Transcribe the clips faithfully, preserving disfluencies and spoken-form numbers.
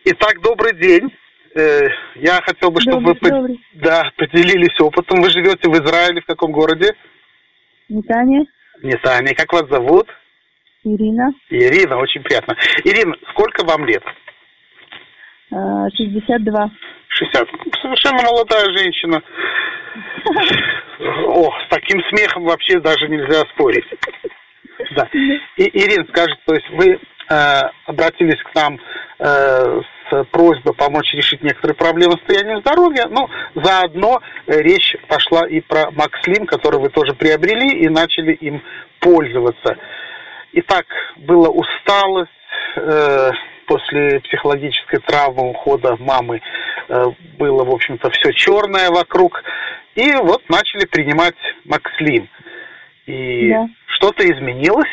Итак, добрый день. Я хотел бы, чтобы добрый, вы под... да, поделились опытом. Вы живете в Израиле, в каком городе? Нетания. Нетания. Как вас зовут? Ирина. Ирина, очень приятно. Ирина, сколько вам лет? шестьдесят два. шестьдесят. Совершенно молодая женщина. О, с таким смехом вообще даже нельзя спорить. Да. И, Ирина, скажите, то есть вы э, обратились к нам э, с просьбой помочь решить некоторые проблемы состояния здоровья, но заодно э, речь пошла и про Макслим, который вы тоже приобрели и начали им пользоваться. Итак, была усталость э, после психологической травмы ухода мамы, э, было, в общем-то, все черное вокруг, и вот начали принимать Макслим. И да. Что-то изменилось?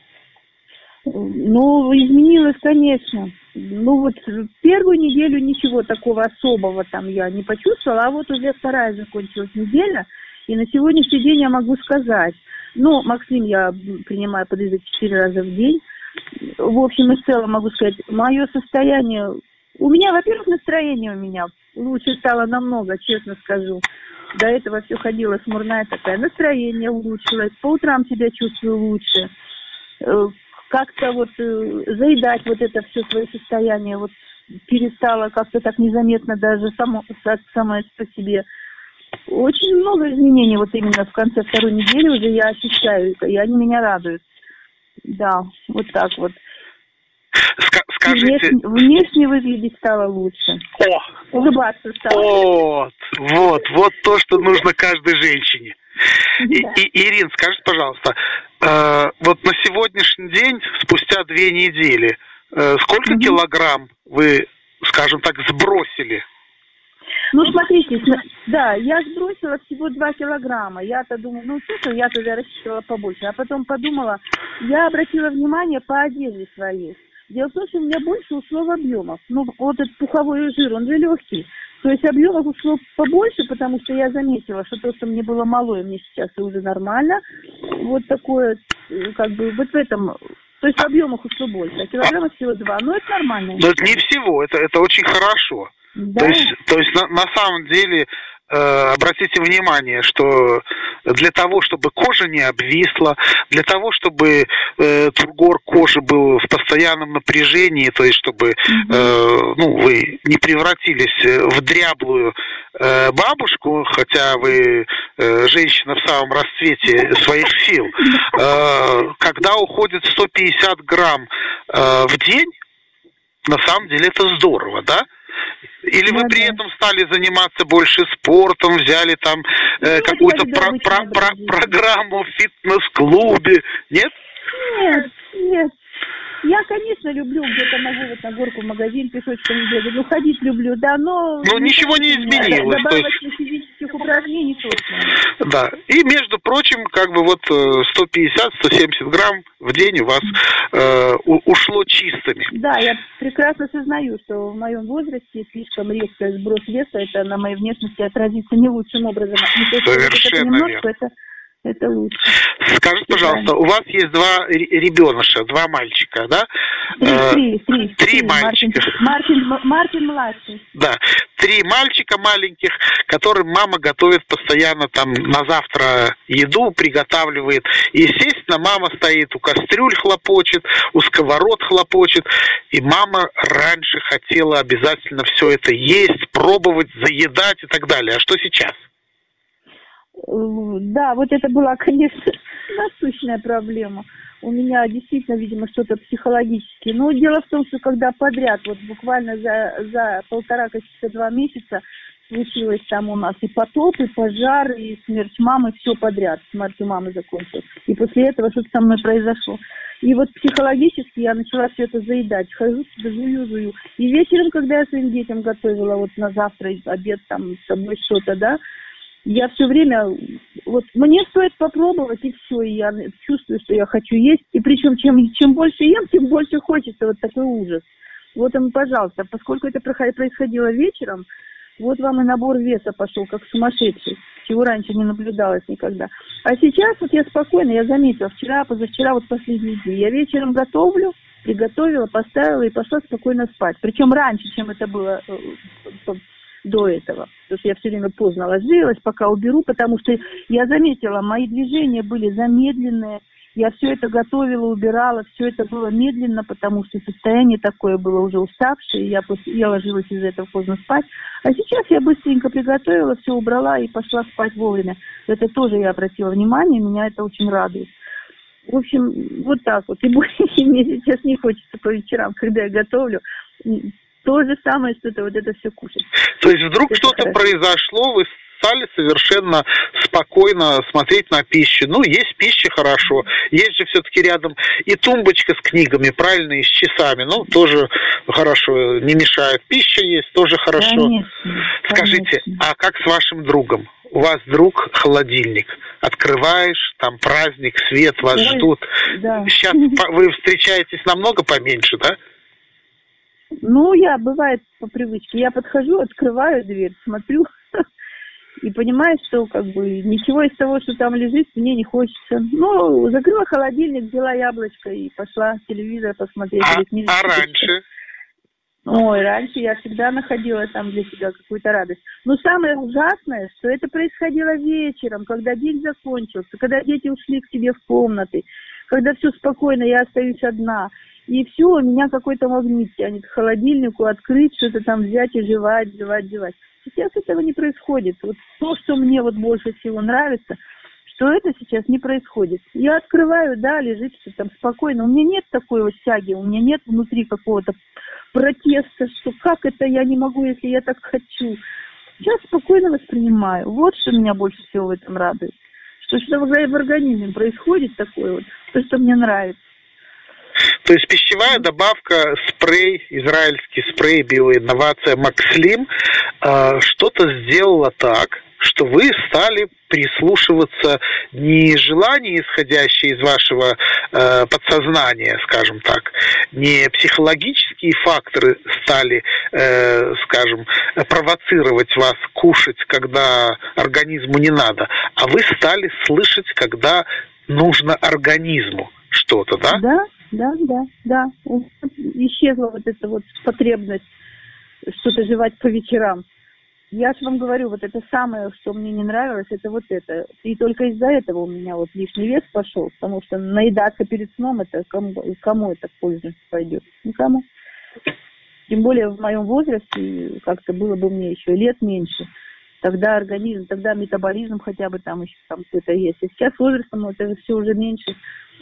Ну, изменилось, конечно. Ну, вот первую неделю ничего такого особого там я не почувствовала, а вот уже вторая закончилась неделя, и на сегодняшний день я могу сказать, ну, Макслим я принимаю по четыре раза в день. В общем и в целом могу сказать, мое состояние... У меня, во-первых, настроение у меня лучше стало намного, честно скажу. До этого все ходила смурная такая. Настроение улучшилось. По утрам себя чувствую лучше. Как-то вот заедать вот это все свое состояние. Вот перестала как-то так незаметно даже само, самое по себе. Очень много изменений вот именно в конце второй недели уже я ощущаю. И они меня радуют. Да, вот так вот. Скажите... Внешне, внешне выглядеть стало лучше. О! Улыбаться стало. Вот, вот, вот то, что нужно каждой женщине. Да. И, и, Ирин, скажите, пожалуйста, э, вот на сегодняшний день, спустя две недели, э, сколько угу. килограмм вы, скажем так, сбросили? Ну, смотрите, да, я сбросила всего два килограмма. Я-то думала, ну, слушай, я тогда рассчитывала побольше. А потом подумала, я обратила внимание по одежде своей. Дело в том, что у меня больше ушло в объемов. Ну, вот этот пуховой жир, он же легкий. То есть объемов ушло побольше, потому что я заметила, что то, что мне было мало, и мне сейчас уже нормально. Вот такое, как бы, вот в этом... То есть в объемах ушло больше, а килограмма всего два. Но это нормально. Но это не всего, это, это очень хорошо. Да. То есть, то есть на, на самом деле, э, обратите внимание, что для того, чтобы кожа не обвисла, для того, чтобы э, тургор кожи был в постоянном напряжении, то есть чтобы угу. э, ну, вы не превратились в дряблую э, бабушку, хотя вы э, женщина в самом расцвете своих сил, э, когда уходит сто пятьдесят грамм э, в день, на самом деле это здорово, да? Или вы да, при да. этом стали заниматься больше спортом, взяли там э, ну, какую-то про- про- про- программу в фитнес-клубе, нет? Нет, нет. Я, конечно, люблю где-то могу вот на горку в магазин пешочком бегать, ну, ходить люблю, да, но... Ну, ничего не изменилось. Добавочных физических упражнений точно. Да, и, между прочим, как бы вот сто пятьдесят - сто семьдесят грамм в день у вас э, ушло чистыми. Да, я прекрасно сознаю, что в моем возрасте слишком резкий сброс веса, это на моей внешности отразится не лучшим образом. Совершенно немножко, верно. Это... Это лучше. Скажите, пожалуйста, у вас есть два ребеныша, два мальчика, да? Три, три, три. Три, три мальчика. Мартин, Мартин, Мартин младший. Да, три мальчика маленьких, которым мама готовит постоянно там на завтра еду, приготавливает. И, естественно, мама стоит у кастрюль хлопочет, у сковород хлопочет. И мама раньше хотела обязательно все это есть, пробовать, заедать и так далее. А что сейчас? Да, вот это была, конечно, насущная проблема. У меня действительно, видимо, что-то психологическое. Но дело в том, что когда подряд, вот буквально за, за полтора, каких-то два месяца случилось там у нас и потоп, и пожар, и смерть мамы, все подряд. Смерть мамы закончилась. И после этого что-то со мной произошло. И вот психологически я начала все это заедать. Хожу, жую, жую. И вечером, когда я своим детям готовила вот на завтра обед, там, с собой что-то, да, я все время, вот мне стоит попробовать, и все, и я чувствую, что я хочу есть, и причем чем, чем больше ем, тем больше хочется, вот такой ужас. Вот, и, пожалуйста, поскольку это происходило вечером, вот вам и набор веса пошел, как сумасшедший, чего раньше не наблюдалось никогда. А сейчас вот я спокойно, я заметила, вчера, позавчера, вот последние дни, я вечером готовлю, приготовила, поставила и пошла спокойно спать. Причем раньше, чем это было до этого. Потому что я все время поздно ложилась, пока уберу, потому что я заметила, мои движения были замедленные. Я все это готовила, убирала, все это было медленно, потому что состояние такое было уже уставшее, я, после, я ложилась из-за этого поздно спать. А сейчас я быстренько приготовила, все убрала и пошла спать вовремя. Это тоже я обратила внимание, меня это очень радует. В общем, вот так вот. И больше мне сейчас не хочется по вечерам, когда я готовлю, то же самое, что-то вот это все кушать. То есть вдруг это что-то хорошо. произошло, вы стали совершенно спокойно смотреть на пищу. Ну, есть пища, хорошо. Есть же все-таки рядом и тумбочка с книгами, правильно, и с часами. Ну, тоже хорошо, не мешает. Пища есть, тоже хорошо. Конечно, Скажите, конечно. а как с вашим другом? У вас друг холодильник. Открываешь, там праздник, свет, вас Ой, ждут. да. Сейчас вы встречаетесь намного поменьше, да? Ну, я, бывает, по привычке. Я подхожу, открываю дверь, смотрю и понимаю, что как бы ничего из того, что там лежит, мне не хочется. Ну, закрыла холодильник, взяла яблочко и пошла телевизор посмотреть. А, или книжечку а почитать. раньше? Ой, раньше я всегда находила там для себя какую-то радость. Но самое ужасное, что это происходило вечером, когда день закончился, когда дети ушли к себе в комнаты, когда все спокойно, я остаюсь одна. И все, у меня какой-то магнит тянет к холодильнику, открыть, что-то там взять и жевать, жевать, жевать. Сейчас этого не происходит. Вот то, что мне вот больше всего нравится, что это сейчас не происходит. Я открываю, да, лежит все там спокойно. У меня нет такой вот тяги, у меня нет внутри какого-то протеста, что как это я не могу, если я так хочу. Сейчас спокойно воспринимаю. Вот что меня больше всего в этом радует. Что что в организме происходит такое вот, то, что мне нравится. То есть пищевая добавка, спрей, израильский спрей, биоинновация Макслим, э, что-то сделала так, что вы стали прислушиваться не желания, исходящие из вашего э, подсознания, скажем так, не психологические факторы стали, э, скажем, провоцировать вас кушать, когда организму не надо, а вы стали слышать, когда нужно организму что-то, да? Да, да, да, да. Исчезла вот эта вот потребность что-то жевать по вечерам. Я же вам говорю, вот это самое, что мне не нравилось, это вот это. И только из-за этого у меня вот лишний вес пошел, потому что наедаться перед сном, это кому, кому это польза пойдет? Никому. Тем более в моем возрасте, как-то было бы мне еще лет меньше, тогда организм, тогда метаболизм хотя бы там еще там какой-то есть. А сейчас с возрастом это все уже меньше.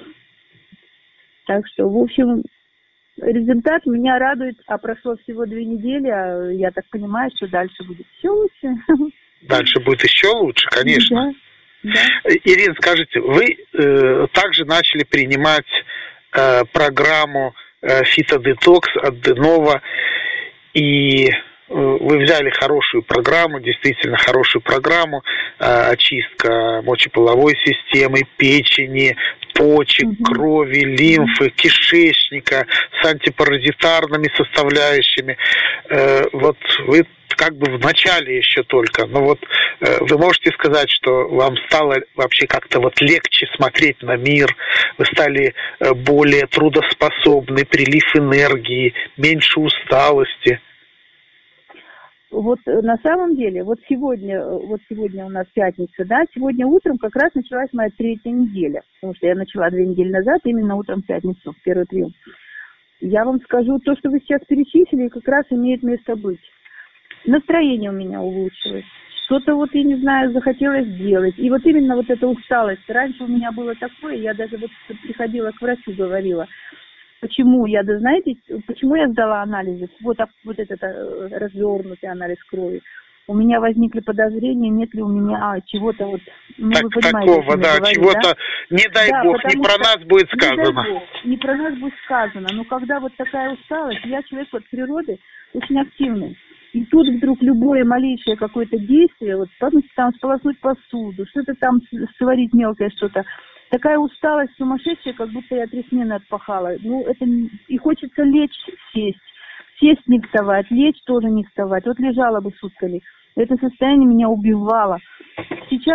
Так что, в общем, результат меня радует, а прошло всего две недели, а я так понимаю, что дальше будет еще лучше. Дальше будет еще лучше, конечно. Да, да. Ирина, скажите, вы э, также начали принимать э, программу э, фитодетокс от Денова, и вы взяли хорошую программу, действительно хорошую программу, э, очистка мочеполовой системы, печени, почек, угу. крови, лимфы, кишечника с антипаразитарными составляющими. Э, вот вы как бы в начале еще только, но вот э, вы можете сказать, что вам стало вообще как-то вот легче смотреть на мир, вы стали э, более трудоспособны, прилив энергии, меньше усталости. Вот на самом деле, вот сегодня, вот сегодня у нас пятница, да, сегодня утром как раз началась моя третья неделя, потому что я начала две недели назад, именно утром в пятницу, в первый прием. Я вам скажу, то, что вы сейчас перечислили, как раз имеет место быть. Настроение у меня улучшилось. Что-то вот, я не знаю, захотелось сделать. И вот именно вот эта усталость. Раньше у меня было такое, я даже вот приходила к врачу, говорила, почему я, да знаете, почему я сдала анализы? Вот, вот этот развернутый анализ крови. У меня возникли подозрения, нет ли у меня чего-то вот, ну, так, вы понимаете, такого, да, говорю, чего-то, да? не дай да, бог, не про нас будет сказано. Не дай бог, не про нас будет сказано, но когда вот такая усталость, я человек от природы очень активный. И тут вдруг любое малейшее какое-то действие, вот там сполоснуть посуду, что-то там сварить мелкое что-то, такая усталость сумасшедшая, как будто я три смены отпахала. Ну, это и хочется лечь, сесть. Сесть не вставать, лечь тоже не вставать. Вот лежала бы сутками. Это состояние меня убивало. Сейчас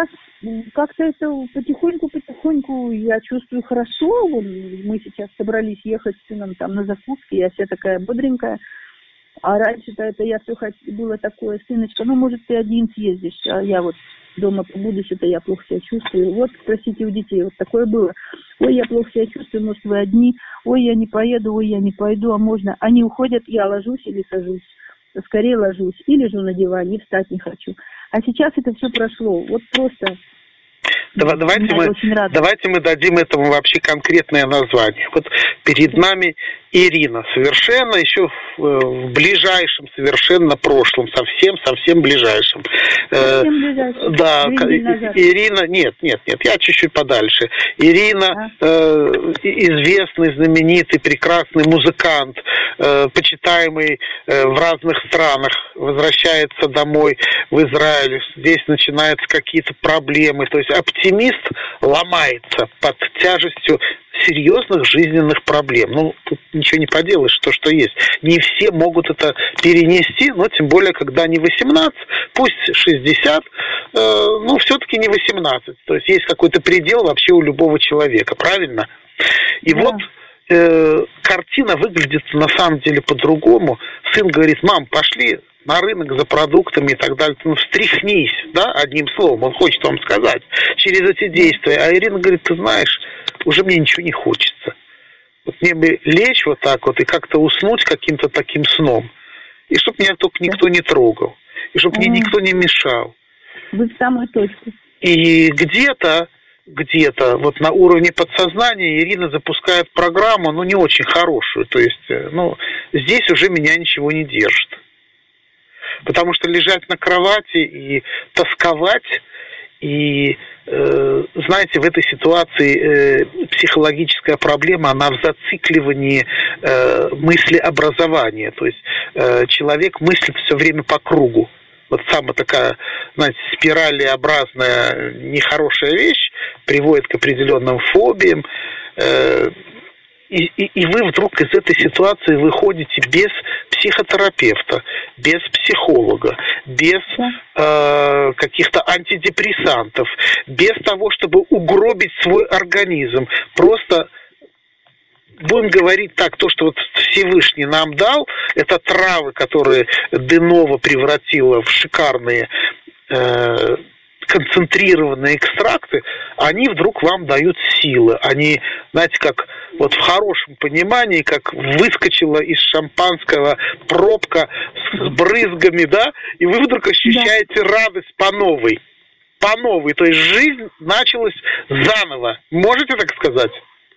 как-то это потихоньку-потихоньку я чувствую хорошо. Мы сейчас собрались ехать с сыном там на закуски, я вся такая бодренькая. А раньше-то это я все хот... было такое, сыночка, ну, может, ты один съездишь, а я вот дома побуду, что-то я плохо себя чувствую. Вот, спросите у детей, вот такое было. Ой, я плохо себя чувствую, может, вы одни. Ой, я не поеду, ой, я не пойду, а можно. Они уходят, я ложусь или сажусь. Скорее ложусь и лежу на диване, и встать не хочу. А сейчас это все прошло. Вот просто... Давай, давайте, мы, давайте мы дадим этому вообще конкретное название. Вот перед нами Ирина, совершенно еще в, в ближайшем, совершенно прошлом, совсем-совсем ближайшем. Совсем ближайшем. Э, да, Ирина, нет, нет, нет, я чуть-чуть подальше. Ирина, а? э, известный, знаменитый, прекрасный музыкант, э, почитаемый э, в разных странах, возвращается домой в Израиль, здесь начинаются какие-то проблемы, то есть оптимист ломается под тяжестью серьезных жизненных проблем. Ну, тут ничего не поделаешь, то, что есть. Не все могут это перенести, но тем более, когда не восемнадцать, пусть шестьдесят, э, ну, все-таки не восемнадцать. То есть есть какой-то предел вообще у любого человека, правильно? И да. вот э, картина выглядит на самом деле по-другому. Сын говорит: мам, пошли на рынок за продуктами и так далее, ну, встряхнись, да, одним словом, он хочет вам сказать, через эти действия. А Ирина говорит: ты знаешь, уже мне ничего не хочется. Вот мне бы лечь вот так вот и как-то уснуть каким-то таким сном, и чтобы меня только никто не трогал, и чтобы мне никто не мешал. Вы в самую точку. И где-то, где-то вот на уровне подсознания Ирина запускает программу, ну, не очень хорошую, то есть, ну, здесь уже меня ничего не держит. Потому что лежать на кровати и тосковать, и, э, знаете, в этой ситуации э, психологическая проблема, она в зацикливании э, мыслеобразования. То есть э, человек мыслит все время по кругу. Вот самая такая, знаете, спиралеобразная нехорошая вещь приводит к определенным фобиям. Э, И, и, и вы вдруг из этой ситуации выходите без психотерапевта, без психолога, без э, каких-то антидепрессантов, без того, чтобы угробить свой организм. Просто будем говорить так, то, что вот Всевышний нам дал, это травы, которые Денова превратила в шикарные э, концентрированные экстракты, они вдруг вам дают силы. Они, знаете, как вот в хорошем понимании, как выскочила из шампанского пробка с брызгами, да, и вы вдруг ощущаете да. радость по новой. По новой. То есть жизнь началась заново. Можете так сказать?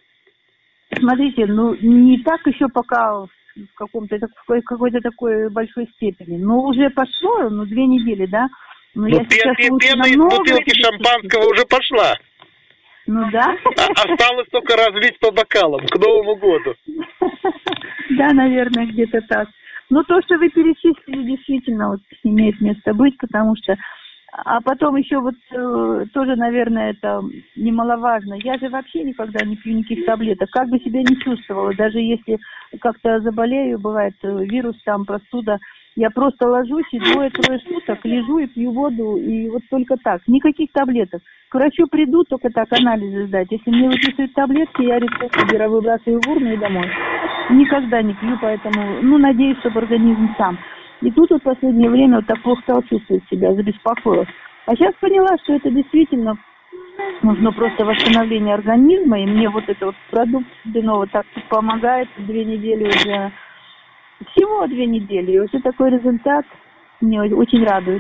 Смотрите, ну, не так еще пока в каком-то, в какой-то такой большой степени. Но уже пошло, ну, две недели, да. Но ну, пена из бутылки шампанского уже пошла. Ну да. А, осталось только разлить по бокалам к Новому году. Да, наверное, где-то так. Но то, что вы перечислили, действительно вот имеет место быть, потому что... А потом еще вот э, тоже, наверное, это немаловажно. Я же вообще никогда не пью никаких таблеток. Как бы себя не чувствовала, даже если как-то заболею, бывает вирус, там, простуда, я просто ложусь и двое-трое суток лежу и пью воду, и вот только так. Никаких таблеток. К врачу приду, только так анализы сдать. Если мне выписывают таблетки, я рецепт выбрасываю в урну и домой. Никогда не пью, поэтому, ну, надеюсь, чтобы организм сам. И тут вот в последнее время вот так плохо стал чувствовать себя, забеспокоилась. А сейчас поняла, что это действительно нужно просто восстановление организма, и мне вот этот вот продукт Денова так помогает две недели уже, всего две недели, и уже такой результат мне очень радует.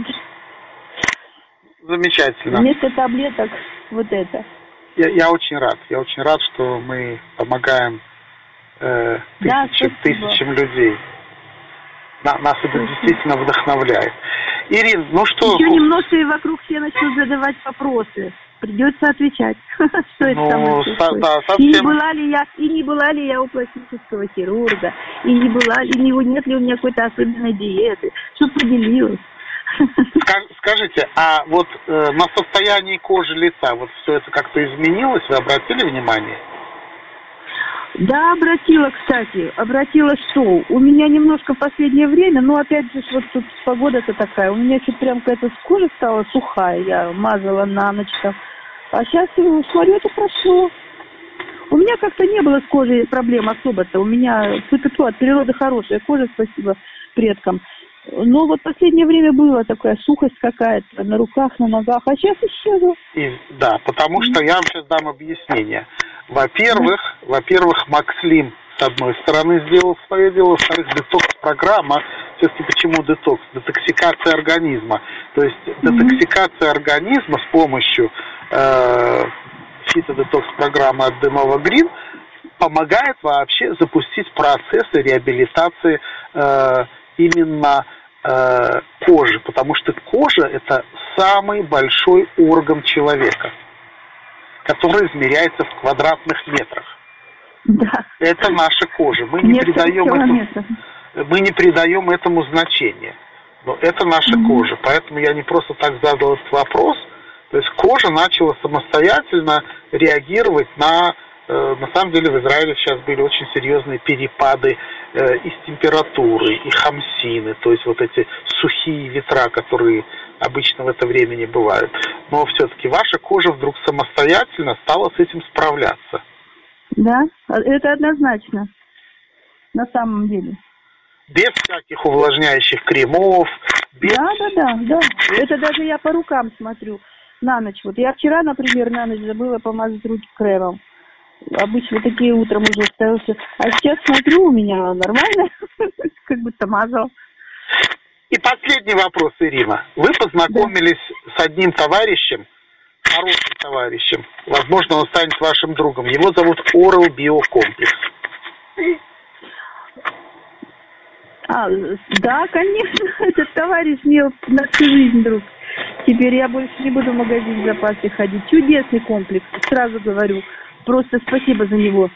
Замечательно. Вместо таблеток вот это. Я, я очень рад, я очень рад, что мы помогаем э, тысячам, да, тысячам людей. Нас это действительно вдохновляет. Ирина, ну что... Еще немножко и вокруг все начнут задавать вопросы. Придется отвечать. Что это ну, самое со, да, совсем... И не была ли я, и не была ли я у пластического хирурга, и не была ли, не, нет ли у меня какой-то особенной диеты, что поделилась. Скажите, а вот э, на состоянии кожи лица вот все это как-то изменилось, вы обратили внимание? Да, обратила, кстати, обратила что? У меня немножко в последнее время, ну, опять же, вот тут погода-то такая, у меня что-то прям какая-то кожа стала сухая, я мазала на ночь там. А сейчас, смотрю, это прошло. У меня как-то не было с кожей проблем особо-то, у меня от природы хорошая кожа, спасибо предкам. Но вот в последнее время была такая сухость какая-то на руках, на ногах, а сейчас исчезла. И, да, потому что я вам сейчас дам объяснение. Во-первых, да. во-первых, Макслим с одной стороны сделал свое дело, во-вторых, детокс-программа, все-таки почему детокс? Детоксикация организма. То есть mm-hmm. детоксикация организма с помощью э, фитодетокс-программы от Denova Green помогает вообще запустить процессы реабилитации э, именно э, кожи, потому что кожа – это самый большой орган человека, который измеряется в квадратных метрах. Да. Это наша кожа. Мы не придаем этому, мы не придаем этому значения. Но это наша mm-hmm. кожа. Поэтому я не просто так задал этот вопрос. То есть кожа начала самостоятельно реагировать на... Э, на самом деле в Израиле сейчас были очень серьезные перепады э, и с температуры, и хамсины. То есть вот эти сухие ветра, которые обычно в это время не бывают. Но все-таки ваша кожа вдруг самостоятельно стала с этим справляться. Да, это однозначно, на самом деле. Без всяких увлажняющих кремов. Без... Да, да, да, да. Это даже я по рукам смотрю на ночь. Вот я вчера, например, на ночь забыла помазать руки кремом. Обычно такие утром уже остаются. А сейчас смотрю, у меня нормально, как будто мазал. И последний вопрос, Ирина. Вы познакомились да. с одним товарищем, хорошим товарищем. Возможно, он станет вашим другом. Его зовут Oral Биокомплекс. А, да, конечно, этот товарищ мне на всю жизнь друг. Теперь я больше не буду в магазин запасы ходить. Чудесный комплекс, сразу говорю. Просто спасибо за него.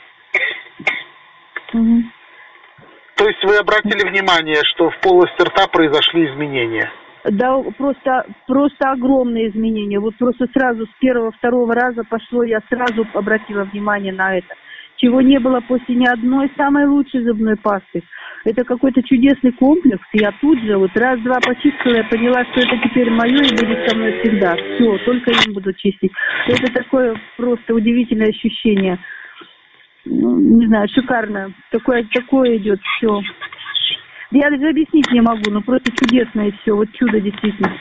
Угу. То есть вы обратили внимание, что в полости рта произошли изменения? Да, просто, просто огромные изменения. Вот просто сразу с первого-второго раза пошло, я сразу обратила внимание на это. Чего не было после ни одной самой лучшей зубной пасты. Это какой-то чудесный комплекс. Я тут же вот раз-два почистила, я поняла, что это теперь мое и будет со мной всегда. Все, только им буду чистить. Это такое просто удивительное ощущение. Ну, не знаю, шикарно. Такое, такое идет все. Я даже объяснить не могу, но просто чудесное все. Вот чудо действительно.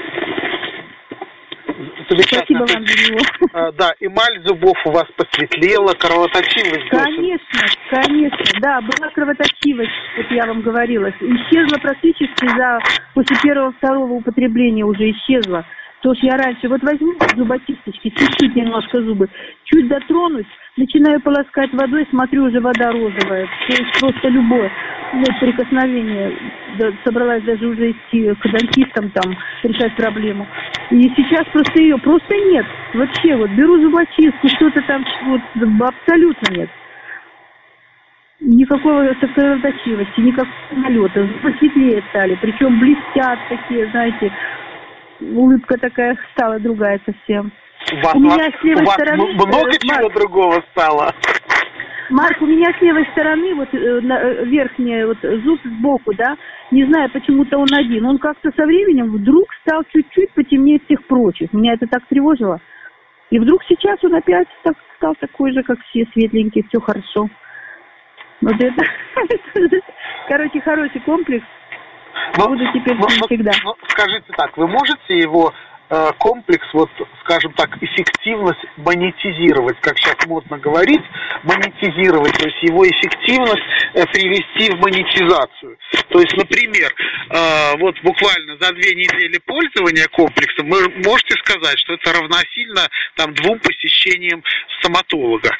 Спасибо вам за него. А, да, эмаль зубов у вас посветлела, кровоточивость. Конечно, конечно, да, была кровоточивость, вот я вам говорила. Исчезла практически за после первого-второго употребления уже исчезла. То, что я раньше, вот возьму зуботисточки, чуть-чуть немножко зубы, чуть дотронусь, начинаю полоскать водой, смотрю, уже вода розовая. То есть просто любое вот, прикосновение. Да, собралась даже уже идти к дантистам там, решать проблему. И сейчас просто ее просто нет. Вообще, вот беру зубочистку, что-то там, вот, абсолютно нет. Никакого кровоточивости, никакого налета. Посветлее стали, причем блестят такие, знаете, улыбка такая стала другая совсем. У вас, у меня с левой у вас стороны... много э, чего Марк, другого стало. Марк, у меня с левой стороны, вот э, на, верхний вот, зуб сбоку, да, не знаю, почему-то он один. Он как-то со временем вдруг стал чуть-чуть потемнее всех прочих. Меня это так тревожило. И вдруг сейчас он опять так, стал такой же, как все, светленький, все хорошо. Вот это, короче, хороший комплекс. Но, Буду теперь но, всегда. Но, скажите так, вы можете его э, комплекс, вот, скажем так, эффективность монетизировать, как сейчас модно говорить, монетизировать, то есть его эффективность э, привести в монетизацию. То есть, например, э, вот буквально за две недели пользования комплексом вы можете сказать, что это равносильно там двум посещениям стоматолога.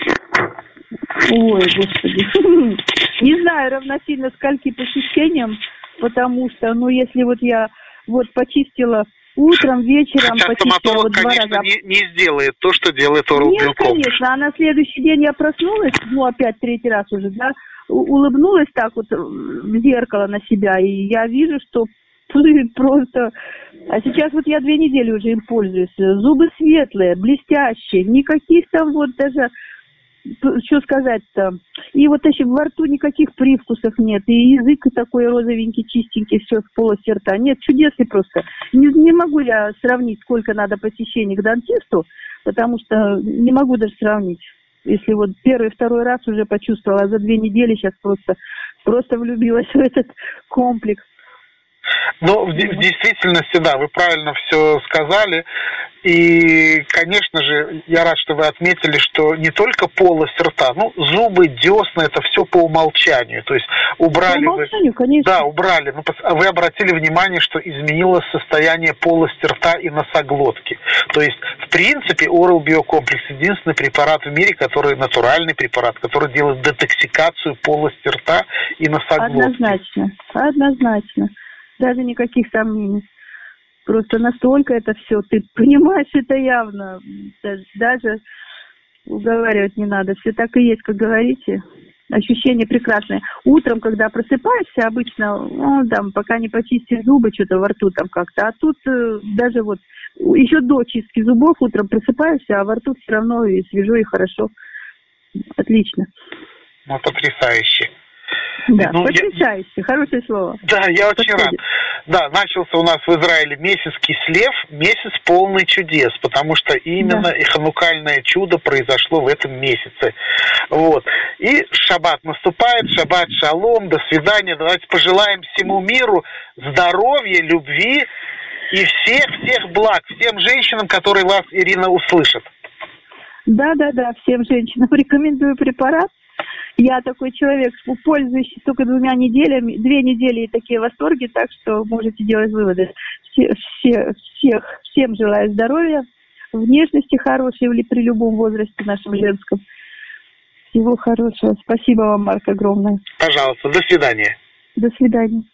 Ой, господи. Не знаю, равносильно скольки посещениям, потому что, ну, если вот я вот почистила утром, вечером, хотя почистила стоматолог, вот два конечно, раза. Не, не сделает то, что делает Oral Biocomp. Нет, конечно, а на следующий день я проснулась, ну, опять третий раз уже, да, улыбнулась так вот в зеркало на себя, и я вижу, что просто... А сейчас вот я две недели уже им пользуюсь. Зубы светлые, блестящие, никаких там вот даже... что сказать-то? И вот еще во рту никаких привкусов нет. И язык такой розовенький, чистенький, все в полости рта. Нет, чудесный просто. Не, не могу я сравнить, сколько надо посещений к дантисту, потому что не могу даже сравнить. Если вот первый, второй раз уже почувствовала, а за две недели сейчас просто, просто влюбилась в этот комплекс. Ну, в, в действительности, да, вы правильно все сказали. И, конечно же, я рад, что вы отметили, что не только полость рта, ну, зубы, десна, это все по умолчанию. То есть убрали... По умолчанию, вы, конечно. Да, убрали. Ну, вы обратили внимание, что изменилось состояние полости рта и носоглотки. То есть, в принципе, Oral Biocomплекс единственный препарат в мире, который натуральный препарат, который делает детоксикацию полости рта и носоглотки. Однозначно, однозначно. Даже никаких сомнений. Просто настолько это все, ты понимаешь это явно, даже, даже уговаривать не надо. Все так и есть, как говорите. Ощущение прекрасное. Утром, когда просыпаешься, обычно, ну, там, пока не почистишь зубы, что-то во рту там как-то. А тут э, даже вот еще до чистки зубов утром просыпаешься, а во рту все равно и свежо, и хорошо. Отлично. Ну, потрясающе. Да, ну, потрясающе, я... хорошее слово. Да, я очень Подходит. рад. Да, начался у нас в Израиле месяц Кислев, месяц полный чудес, потому что именно да. и ханукальное чудо произошло в этом месяце. Вот. И шаббат наступает, шаббат шалом, до свидания. Давайте пожелаем всему миру здоровья, любви и всех-всех благ, всем женщинам, которые вас, Ирина, услышат. Да-да-да, всем женщинам рекомендую препарат. Я такой человек, пользующийся только двумя неделями, две недели и такие восторги, так что можете делать выводы. Все, все, всех, всем желаю здоровья, внешности хорошей при любом возрасте нашем женском. Всего хорошего. Спасибо вам, Марк, огромное. Пожалуйста, до свидания. До свидания.